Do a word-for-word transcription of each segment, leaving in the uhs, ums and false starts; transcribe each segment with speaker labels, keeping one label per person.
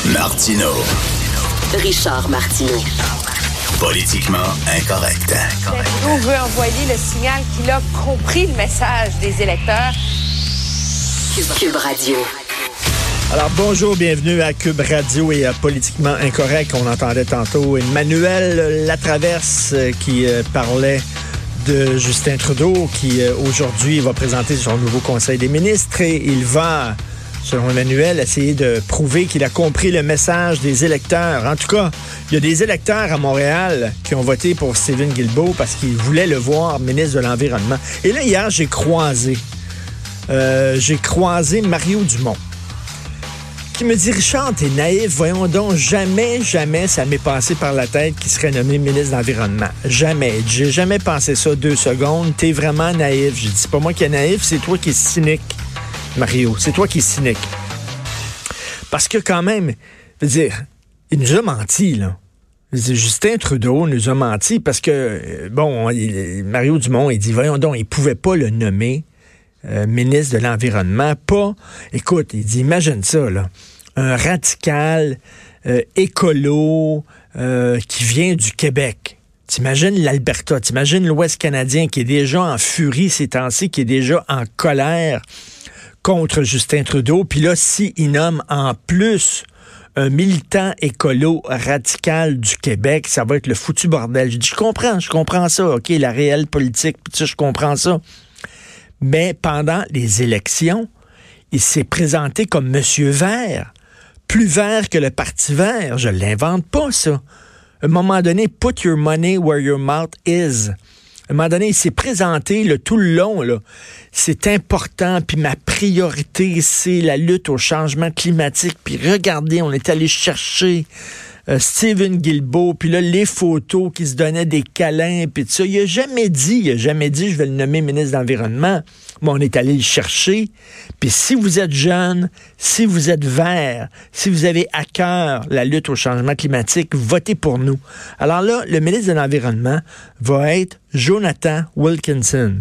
Speaker 1: Martineau.
Speaker 2: Richard Martineau.
Speaker 1: Politiquement incorrect.
Speaker 3: On veut envoyer le signal qu'il a compris le message des électeurs.
Speaker 2: Cube, Cube Radio.
Speaker 4: Alors, bonjour, bienvenue à Cube Radio et à Politiquement Incorrect. On entendait tantôt Emmanuel Latraverse euh, qui euh, parlait de Justin Trudeau, qui euh, aujourd'hui va présenter son nouveau Conseil des ministres et il va, selon Emmanuel, essayer de prouver qu'il a compris le message des électeurs. En tout cas, il y a des électeurs à Montréal qui ont voté pour Stephen Guilbeault parce qu'ils voulaient le voir ministre de l'Environnement. Et là, hier, j'ai croisé, euh, j'ai croisé Mario Dumont, qui me dit, Richard, t'es naïf, voyons donc, jamais, jamais ça m'est passé par la tête qu'il serait nommé ministre de l'Environnement. Jamais. J'ai jamais pensé ça deux secondes. T'es vraiment naïf. J'ai dit, c'est pas moi qui est naïf, c'est toi qui es cynique, Mario. C'est toi qui es cynique. Parce que quand même, je veux dire, il nous a menti, là. Je veux dire, Justin Trudeau nous a menti parce que, bon, il, Mario Dumont, il dit, voyons donc, il pouvait pas le nommer Euh, ministre de l'Environnement, pas, écoute, il dit, imagine ça, là, un radical euh, écolo euh, qui vient du Québec. T'imagines l'Alberta, t'imagines l'Ouest canadien qui est déjà en furie ces temps-ci, qui est déjà en colère contre Justin Trudeau, puis là, s'il nomme en plus un militant écolo radical du Québec, ça va être le foutu bordel. Je dis, je comprends, je comprends ça, OK, la réelle politique, puis ça, je comprends ça. Mais pendant les élections, il s'est présenté comme Monsieur Vert, plus vert que le Parti vert. Je l'invente pas, ça. À un moment donné, put your money where your mouth is. À un moment donné, il s'est présenté là, tout le long. Là. C'est important, puis ma priorité, c'est la lutte au changement climatique. Puis regardez, on est allé chercher Euh, Stephen Guilbeault, puis là, les photos qui se donnaient des câlins, puis tout ça. Il a jamais dit, il a jamais dit, je vais le nommer ministre de l'Environnement. Mais on est allé le chercher. Puis si vous êtes jeune, si vous êtes vert, si vous avez à cœur la lutte au changement climatique, votez pour nous. Alors là, le ministre de l'Environnement va être Jonathan Wilkinson.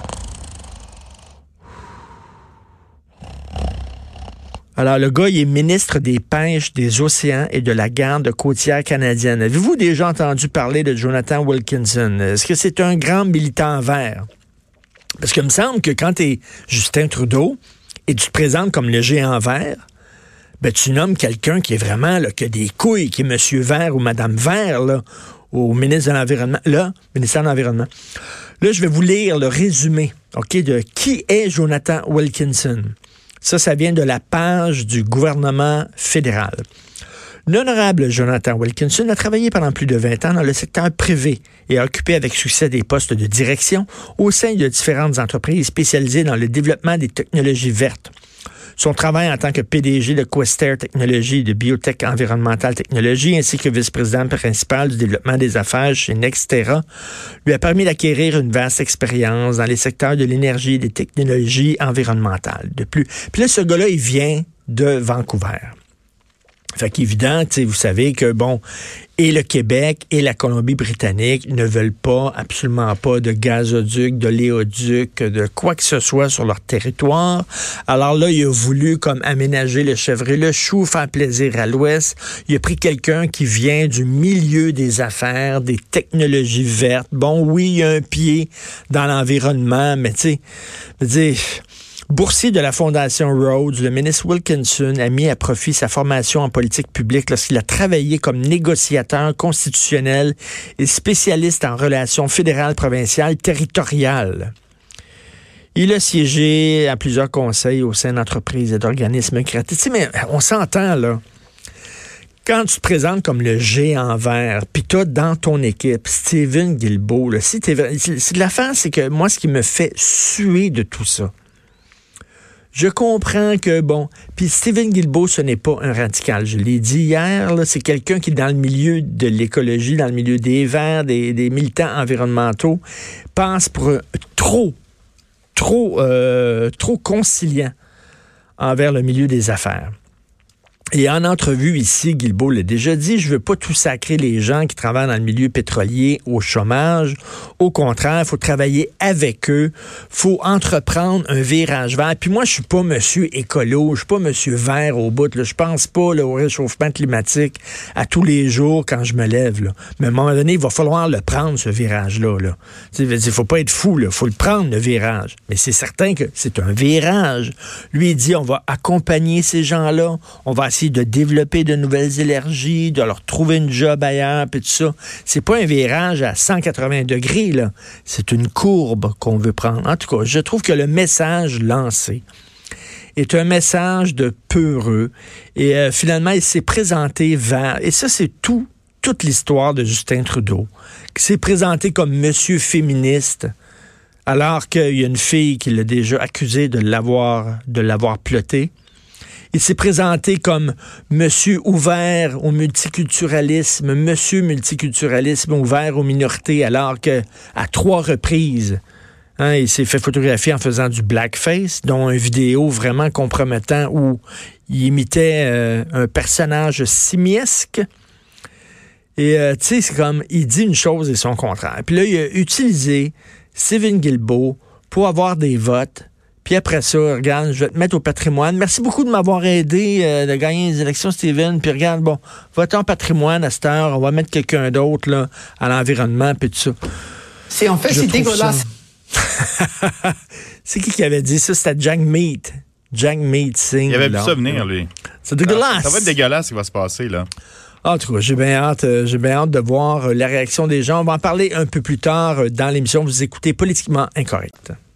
Speaker 4: Alors, le gars, il est ministre des Pêches, des Océans et de la Garde côtière canadienne. Avez-vous déjà entendu parler de Jonathan Wilkinson? Est-ce que c'est un grand militant vert? Parce que il me semble que quand tu es Justin Trudeau et tu te présentes comme le géant vert, ben tu nommes quelqu'un qui est vraiment, là, qui a des couilles, qui est Monsieur Vert ou Madame Vert, là, au ministre de l'Environnement. Là, ministère de l'Environnement. Là, je vais vous lire le résumé, OK, de qui est Jonathan Wilkinson. Ça, ça vient de la page du gouvernement fédéral. L'honorable Jonathan Wilkinson a travaillé pendant plus de vingt ans dans le secteur privé et a occupé avec succès des postes de direction au sein de différentes entreprises spécialisées dans le développement des technologies vertes. Son travail en tant que P D G de Quester Technologies et de Biotech Environmental Technologies, ainsi que vice-président principal du développement des affaires chez Nextera, lui a permis d'acquérir une vaste expérience dans les secteurs de l'énergie et des technologies environnementales. De plus, puis là, ce gars-là, il vient de Vancouver. Fait qu'évident, vous savez que, bon, et le Québec et la Colombie-Britannique ne veulent pas, absolument pas, de gazoduc, de léoduc, de quoi que ce soit sur leur territoire. Alors là, il a voulu comme aménager le chèvre et le chou, faire plaisir à l'Ouest. Il a pris quelqu'un qui vient du milieu des affaires, des technologies vertes. Bon, oui, il y a un pied dans l'environnement, mais tu sais, je veux dire... Boursier de la Fondation Rhodes, le ministre Wilkinson a mis à profit sa formation en politique publique lorsqu'il a travaillé comme négociateur constitutionnel et spécialiste en relations fédérales, provinciales, territoriales. Il a siégé à plusieurs conseils au sein d'entreprises et d'organismes créatifs. Tu sais, mais on s'entend, là. Quand tu te présentes comme le géant vert, puis t'as dans ton équipe Stephen Guilbeault, là, si t'es, c'est, l'affaire, c'est que moi, ce qui me fait suer de tout ça, je comprends que, bon, puis Stephen Guilbeault, ce n'est pas un radical. Je l'ai dit hier, là, c'est quelqu'un qui est dans le milieu de l'écologie, dans le milieu des Verts, des, des militants environnementaux, pense pour un, trop, trop, euh, trop conciliant envers le milieu des affaires. Et en entrevue ici, Guilbeault l'a déjà dit, je veux pas tout sacrer les gens qui travaillent dans le milieu pétrolier au chômage. Au contraire, il faut travailler avec eux. Faut entreprendre un virage vert. Puis moi, je suis pas monsieur écolo, je suis pas monsieur vert au bout. Là. Je pense pas là, au réchauffement climatique à tous les jours quand je me lève. Là. Mais à un moment donné, il va falloir le prendre, ce virage-là. Là. Il faut pas être fou, il faut le prendre, le virage. Mais c'est certain que c'est un virage. Lui, il dit, on va accompagner ces gens-là, on va essayer de développer de nouvelles énergies, de leur trouver une job ailleurs, puis tout ça. C'est pas un virage à cent quatre-vingts degrés, là. C'est une courbe qu'on veut prendre. En tout cas, je trouve que le message lancé est un message de peureux. Et euh, finalement, il s'est présenté vers... Et ça, c'est tout, toute l'histoire de Justin Trudeau, qui s'est présenté comme monsieur féministe, alors qu'il y a une fille qui l'a déjà accusé de l'avoir, de l'avoir ploté. Il s'est présenté comme monsieur ouvert au multiculturalisme, monsieur multiculturalisme ouvert aux minorités, alors que à trois reprises, hein, il s'est fait photographier en faisant du blackface, dont une vidéo vraiment compromettant où il imitait euh, un personnage simiesque. Et euh, tu sais, c'est comme, il dit une chose et son contraire. Puis là, il a utilisé Stephen Guilbeault pour avoir des votes. Puis après ça, regarde, je vais te mettre au patrimoine. Merci beaucoup de m'avoir aidé euh, de gagner les élections, Steven. Puis regarde, bon, votons patrimoine à cette heure. On va mettre quelqu'un d'autre là à l'environnement, puis tout ça.
Speaker 5: C'est en fait, je c'est dégueulasse.
Speaker 4: C'est qui qui avait dit ça? C'était Jack Meat. Jack Meat Singh.
Speaker 6: Il avait vu ça venir, lui.
Speaker 4: C'est dégueulasse.
Speaker 6: Ça va être dégueulasse ce qui va se passer, là.
Speaker 4: En tout cas, j'ai bien hâte, euh, j'ai bien hâte de voir euh, la réaction des gens. On va en parler un peu plus tard euh, dans l'émission. Vous écoutez Politiquement Incorrect.